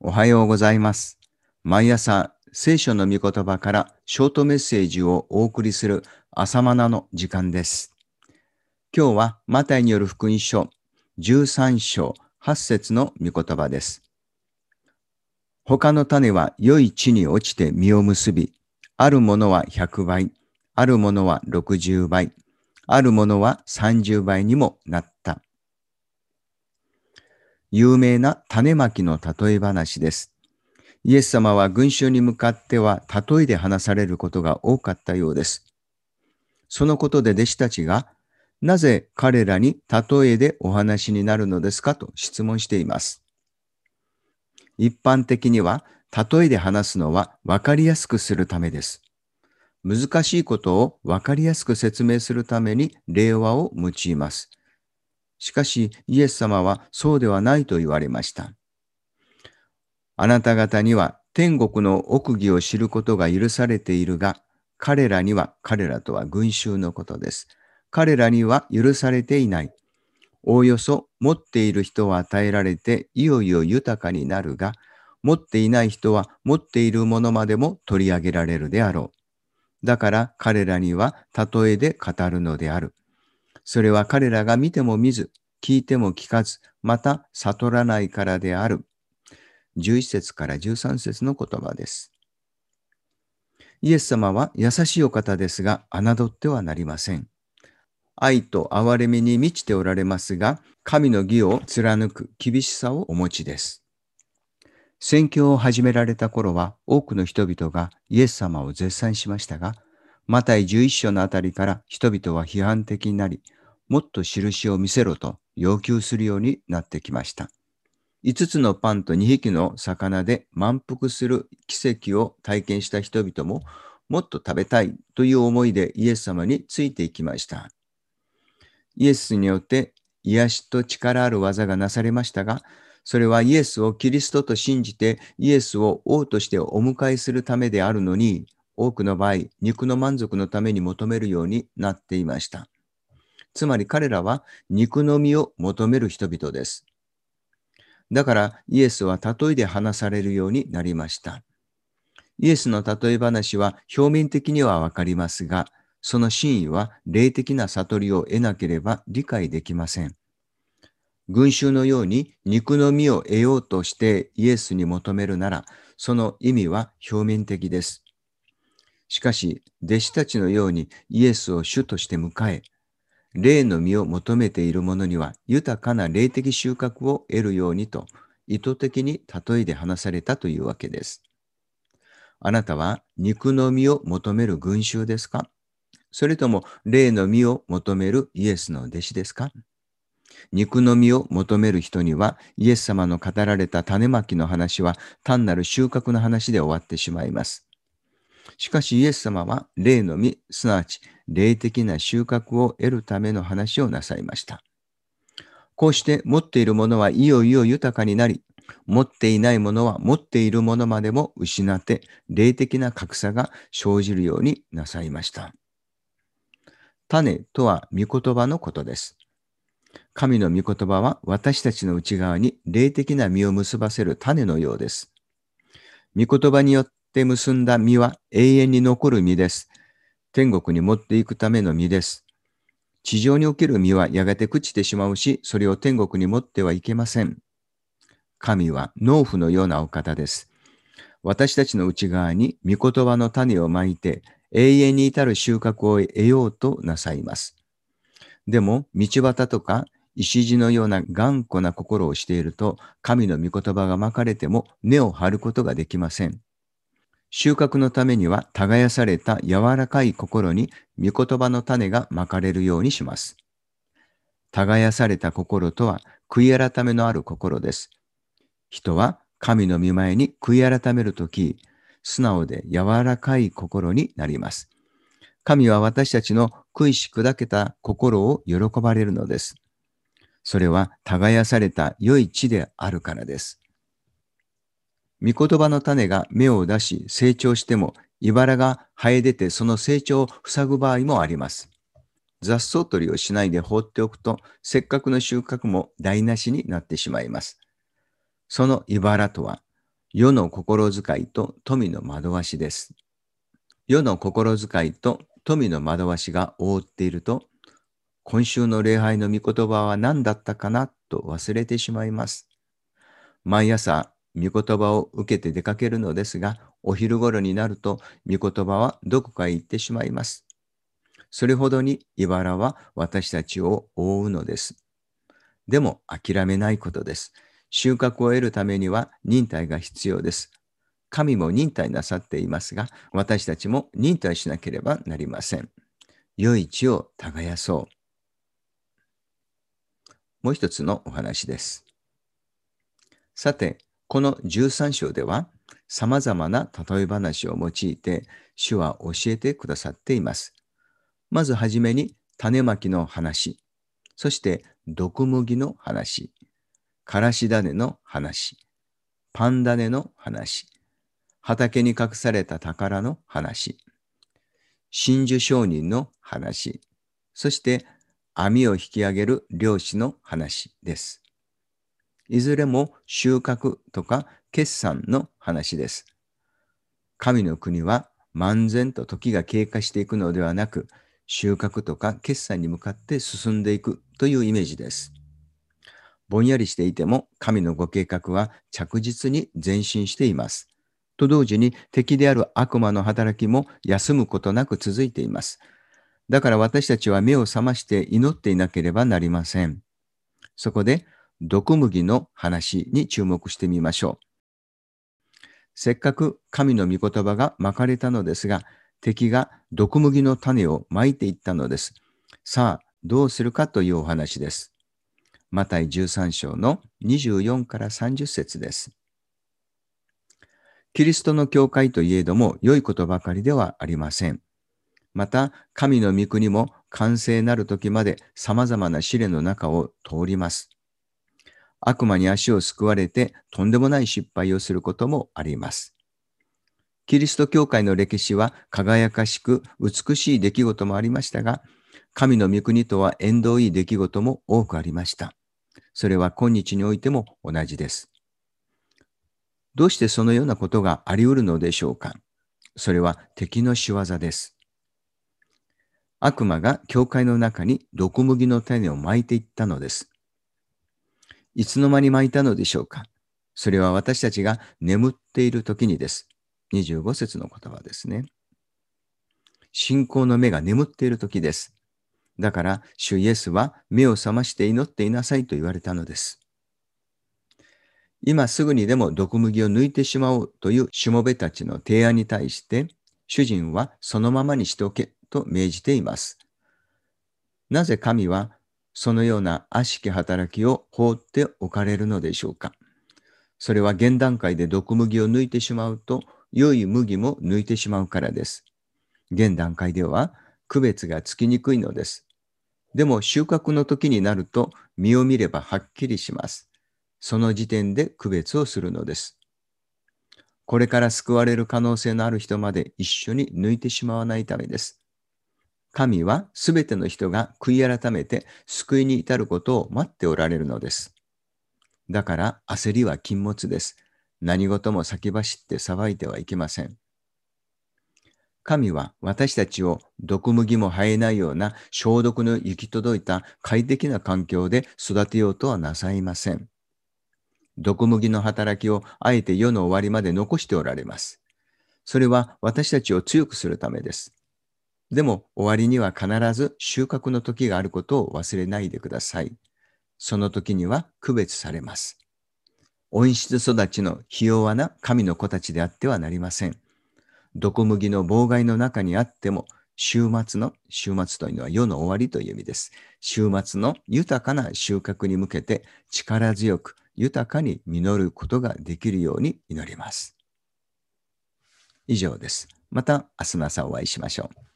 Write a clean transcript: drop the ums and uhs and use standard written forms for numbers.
おはようございます。毎朝、聖書の御言葉からショートメッセージをお送りする朝マナの時間です。今日はマタイによる福音書13章8節の御言葉です。他の種は良い地に落ちて実を結び、あるものは100倍、あるものは60倍、あるものは30倍にもなった。有名な種まきの例え話です。イエス様は群衆に向かっては例えで話されることが多かったようです。そのことで弟子たちが、なぜ彼らに例えでお話になるのですかと質問しています。一般的には、例えで話すのは分かりやすくするためです。難しいことを分かりやすく説明するために例話を用います。しかし、イエス様はそうではないと言われました。あなた方には天国の奥義を知ることが許されているが、彼らには、彼らとは群衆のことです。彼らには許されていない。おおよそ持っている人は与えられていよいよ豊かになるが、持っていない人は持っているものまでも取り上げられるであろう。だから彼らには例えで語るのである。それは彼らが見ても見ず、聞いても聞かず、また悟らないからである。11節から13節の言葉です。イエス様は優しいお方ですが、侮ってはなりません。愛と憐れみに満ちておられますが、神の義を貫く厳しさをお持ちです。宣教を始められた頃は、多くの人々がイエス様を絶賛しましたが、マタイ11章のあたりから人々は批判的になり、もっと印を見せろと要求するようになってきました。5つのパンと2匹の魚で満腹する奇跡を体験した人々も、もっと食べたいという思いでイエス様についていきました。イエスによって癒しと力ある技がなされましたが、それはイエスをキリストと信じてイエスを王としてお迎えするためであるのに、多くの場合、肉の満足のために求めるようになっていました。つまり彼らは肉の実を求める人々です。だからイエスは例えで話されるようになりました。イエスの例え話は表面的にはわかりますが、その真意は霊的な悟りを得なければ理解できません。群衆のように肉の実を得ようとしてイエスに求めるなら、その意味は表面的です。しかし、弟子たちのようにイエスを主として迎え、霊の実を求めている者には豊かな霊的収穫を得るようにと、意図的に例えで話されたというわけです。あなたは肉の実を求める群衆ですか？それとも霊の実を求めるイエスの弟子ですか？肉の実を求める人には、イエス様の語られた種まきの話は単なる収穫の話で終わってしまいます。しかしイエス様は霊の実、すなわち霊的な収穫を得るための話をなさいました。こうして持っているものはいよいよ豊かになり、持っていないものは持っているものまでも失って、霊的な格差が生じるようになさいました。種とは御言葉のことです。神の御言葉は私たちの内側に霊的な実を結ばせる種のようです。御言葉によって結んだ実は永遠に残る実です。天国に持っていくための実です。地上における実はやがて朽ちてしまうし、それを天国に持ってはいけません。神は農夫のようなお方です。私たちの内側に御言葉の種をまいて、永遠に至る収穫を得ようとなさいます。でも、道端とか石地のような頑固な心をしていると、神の御言葉がまかれても根を張ることができません。収穫のためには、耕された柔らかい心に御言葉の種がまかれるようにします。耕された心とは、悔い改めのある心です。人は神の御前に悔い改めるとき、素直で柔らかい心になります。神は私たちの悔いし砕けた心を喜ばれるのです。それは耕された良い地であるからです。御言葉の種が芽を出し成長しても、茨が生え出てその成長を塞ぐ場合もあります。雑草取りをしないで放っておくと、せっかくの収穫も台無しになってしまいます。その茨とは、 世の心遣いと富の惑わしです。世の心遣いと富の惑わしが覆っていると、今週の礼拝の御言葉は何だったかなと忘れてしまいます。毎朝、御言葉を受けて出かけるのですが、お昼頃になると、御言葉はどこかへ行ってしまいます。それほどに茨は私たちを覆うのです。でも諦めないことです。収穫を得るためには忍耐が必要です。神も忍耐なさっていますが、私たちも忍耐しなければなりません。良い地を耕そう。もう一つのお話です。さて、この13章では、様々な例え話を用いて、主は教えてくださっています。まずはじめに、種まきの話、そして毒麦の話、からし種の話、パン種の話、畑に隠された宝の話、真珠商人の話、そして網を引き上げる漁師の話です。いずれも収穫とか決算の話です。神の国は漫然と時が経過していくのではなく、収穫とか決算に向かって進んでいくというイメージです。ぼんやりしていても神のご計画は着実に前進しています。と同時に敵である悪魔の働きも休むことなく続いています。だから私たちは目を覚まして祈っていなければなりません。そこで毒麦の話に注目してみましょう。せっかく神の御言葉がまかれたのですが、敵が毒麦の種をまいていったのです。さあ、どうするかというお話です。マタイ13章の24から30節です。キリストの教会といえども良いことばかりではありません。また、神の御国も完成なる時まで様々な試練の中を通ります。悪魔に足をすくわれてとんでもない失敗をすることもあります。キリスト教会の歴史は輝かしく美しい出来事もありましたが、神の御国とは縁遠い出来事も多くありました。それは今日においても同じです。どうしてそのようなことがあり得るのでしょうか。それは敵の仕業です。悪魔が教会の中に毒麦の種をまいていったのです。いつの間にまいたのでしょうか。それは私たちが眠っている時にです。25節の言葉ですね。信仰の目が眠っている時です。だから、主イエスは目を覚まして祈っていなさいと言われたのです。今すぐにでも毒麦を抜いてしまおうというしもべたちの提案に対して、主人はそのままにしておけと命じています。なぜ神はそのような悪しき働きを放っておかれるのでしょうか。それは現段階で毒麦を抜いてしまうと、良い麦も抜いてしまうからです。現段階では区別がつきにくいのです。でも収穫の時になると実を見ればはっきりします。その時点で区別をするのです。これから救われる可能性のある人まで一緒に抜いてしまわないためです。神はすべての人が悔い改めて救いに至ることを待っておられるのです。だから焦りは禁物です。何事も先走って騒いではいけません。神は私たちを毒麦も生えないような消毒の行き届いた快適な環境で育てようとはなさいません。毒麦の働きをあえて世の終わりまで残しておられます。それは私たちを強くするためです。でも終わりには必ず収穫の時があることを忘れないでください。その時には区別されます。温室育ちのひ弱な神の子たちであってはなりません。毒麦の妨害の中にあっても、週末というのは世の終わりという意味です。週末の豊かな収穫に向けて力強く豊かに実ることができるように祈ります。以上です。また明日の朝お会いしましょう。